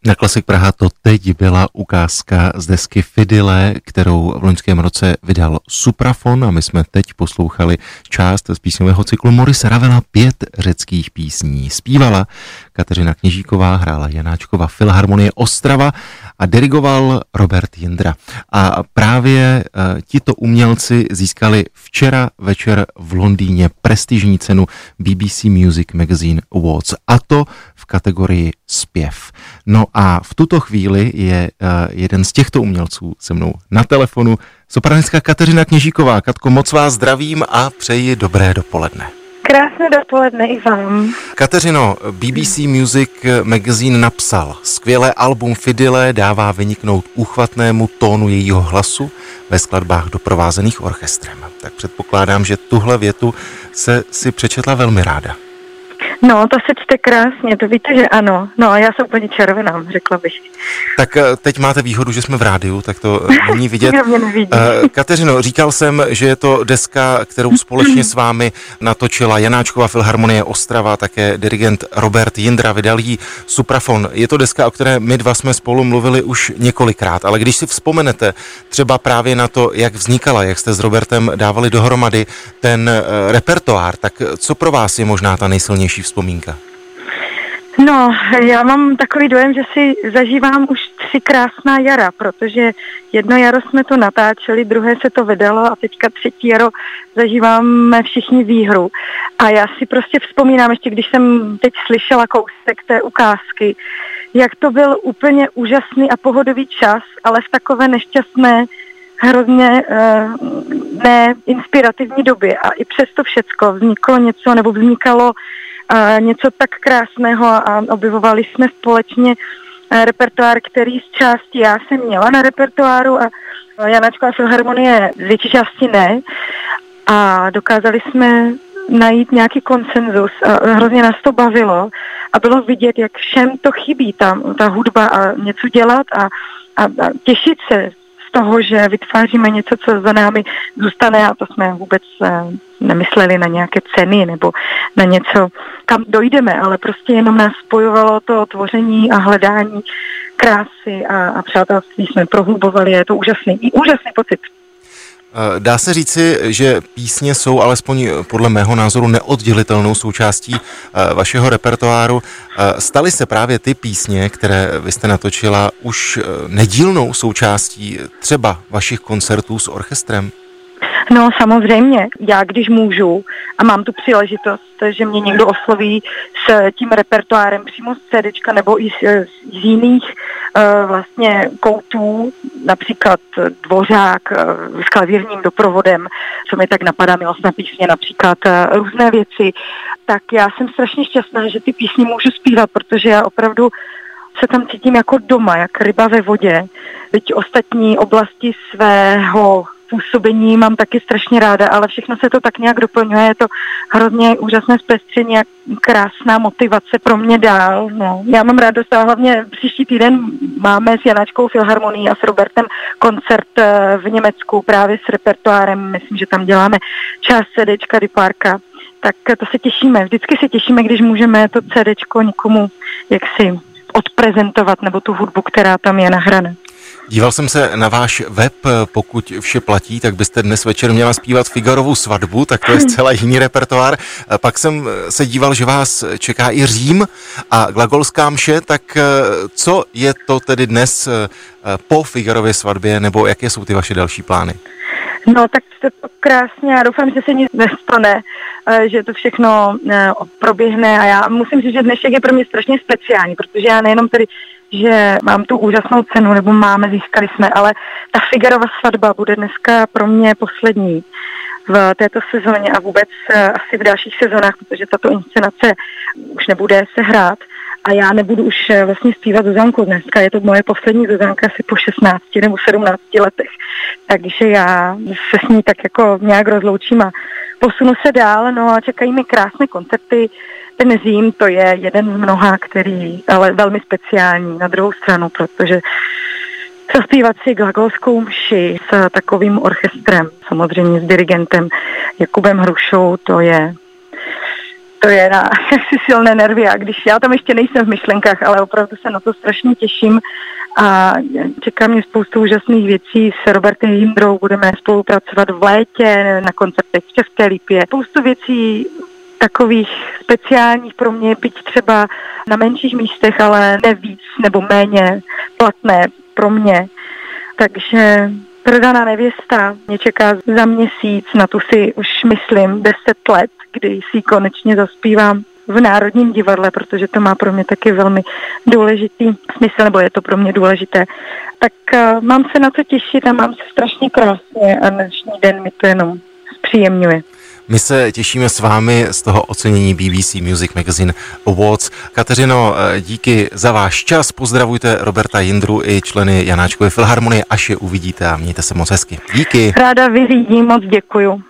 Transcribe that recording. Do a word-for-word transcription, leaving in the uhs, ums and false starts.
Na Klasik Praha to teď byla ukázka z desky Fidyle, kterou v loňském roce vydal Suprafon, a my jsme teď poslouchali část z písňového cyklu Morise Ravela Pět řeckých písní. Zpívala Kateřina Kněžíková, hrála Janáčkova Filharmonie Ostrava a dirigoval Robert Jindra. A právě uh, tito umělci získali včera večer v Londýně prestižní cenu B B C Music Magazine Awards, a to v kategorii zpěv. No a v tuto chvíli je uh, jeden z těchto umělců se mnou na telefonu, sopranistka Kateřina Kněžíková. Katko, moc vás zdravím a přeji dobré dopoledne. Krásné dopoledne i vám. Kateřino, B B C Music Magazine napsal: skvělé album Fidyle dává vyniknout úchvatnému tónu jejího hlasu ve skladbách doprovázených orchestrem. Tak předpokládám, že tuhle větu se si přečetla velmi ráda. No, to se čte krásně, to víte, že ano. No a já jsem úplně červená, řekla bych. Tak teď máte výhodu, že jsme v rádiu, tak to není vidět. Mě nevidí. Kateřino, říkal jsem, že je to deska, kterou společně s vámi natočila Janáčkova Filharmonie Ostrava, také dirigent Robert Jindra, vydal jí Suprafon. Je to deska, o které my dva jsme spolu mluvili už několikrát, ale když si vzpomenete třeba právě na to, jak vznikala, jak jste s Robertem dávali dohromady ten repertoár, tak co pro vás je možná ta nejsilnější vzpomínka? No, já mám takový dojem, že si zažívám už tři krásná jara, protože jedno jaro jsme to natáčeli, druhé se to vydalo a teďka třetí jaro zažíváme všichni výhru. A já si prostě vzpomínám, ještě když jsem teď slyšela kousek té ukázky, jak to byl úplně úžasný a pohodový čas, ale v takové nešťastné, hrozně uh, neinspirativní době. A i přesto všecko vzniklo něco, nebo vznikalo Uh, něco tak krásného a objevovali jsme společně uh, repertoár, který z části já jsem měla na repertoáru a Janáčková Filharmonie z větší části ne. A dokázali jsme najít nějaký konsenzus a hrozně nás to bavilo a bylo vidět, jak všem to chybí, ta, ta hudba a něco dělat a, a, a těšit se z toho, že vytváříme něco, co za námi zůstane, a to jsme vůbec nemysleli na nějaké ceny nebo na něco, kam dojdeme, ale prostě jenom nás spojovalo to tvoření a hledání krásy a, a přátelství jsme prohlubovali. Je to úžasný, úžasný pocit. Dá se říci, že písně jsou alespoň podle mého názoru neoddělitelnou součástí vašeho repertoáru. Staly se právě ty písně, které vy jste natočila, už nedílnou součástí třeba vašich koncertů s orchestrem? No samozřejmě, já když můžu a mám tu příležitost, že mě někdo osloví s tím repertoárem přímo z CDčka nebo i z, z jiných uh, vlastně koutů, například Dvořák uh, s klavírním doprovodem, co mi tak napadá, milostná písně, například uh, různé věci, tak já jsem strašně šťastná, že ty písně můžu zpívat, protože já opravdu se tam cítím jako doma, jak ryba ve vodě. Teď ostatní oblasti svého působení mám taky strašně ráda, ale všechno se to tak nějak doplňuje, je to hrozně úžasné zpestření a krásná motivace pro mě dál. No. Já mám radost a hlavně příští týden máme s Janáčkovou Filharmonií a s Robertem koncert v Německu právě s repertoárem, myslím, že tam děláme část CDčka Diparka, tak to se těšíme, vždycky se těšíme, když můžeme to CDčko někomu jaksi odprezentovat, nebo tu hudbu, která tam je nahraná. Díval jsem se na váš web, pokud vše platí, tak byste dnes večer měla zpívat Figarovu svatbu, tak to je zcela jiný repertoár. Pak jsem se díval, že vás čeká i Řím a glagolská mše, tak co je to tedy dnes po Figarově svatbě, nebo jaké jsou ty vaše další plány? No tak to krásně, já doufám, že se nic nestane, že to všechno proběhne a já musím říct, že dnešek je pro mě strašně speciální, protože já nejenom tedy, že mám tu úžasnou cenu, nebo máme, získali jsme, ale ta Figarova svatba bude dneska pro mě poslední v této sezóně a vůbec asi v dalších sezónách, protože tato inscenace už nebude se hrát a já nebudu už vlastně zpívat Zuzanku dneska. Je to moje poslední Zuzanka asi po šestnácti nebo sedmnácti letech. Takže já se s ní tak jako nějak rozloučím a posunu se dál, no a čekají mi krásné koncerty. Ten Řím, to je jeden z mnoha, který, ale velmi speciální na druhou stranu, protože zaspívat si glagolskou mši s takovým orchestrem, samozřejmě s dirigentem Jakubem Hrušou, to je to je na silné nervy a když já tam ještě nejsem v myšlenkách, ale opravdu se na to strašně těším a čeká mě spoustu úžasných věcí. S Robertem Jindrou budeme spolupracovat v létě na koncertech v České Lípě. Spoustu věcí takových speciálních pro mě, byť třeba na menších místech, ale ne víc nebo méně platné pro mě. Takže Prodaná nevěsta mě čeká za měsíc, na tu si už myslím deset let, kdy si konečně zaspívám v Národním divadle, protože to má pro mě taky velmi důležitý smysl, nebo je to pro mě důležité. Tak uh, mám se na to těšit a mám se strašně krásně a dnešní den mi to jenom zpříjemňuje. My se těšíme s vámi z toho ocenění B B C Music Magazine Awards. Kateřino, díky za váš čas, pozdravujte Roberta Jindru i členy Janáčkovy filharmonie, až je uvidíte a mějte se moc hezky. Díky. Ráda vyřídím, moc děkuju.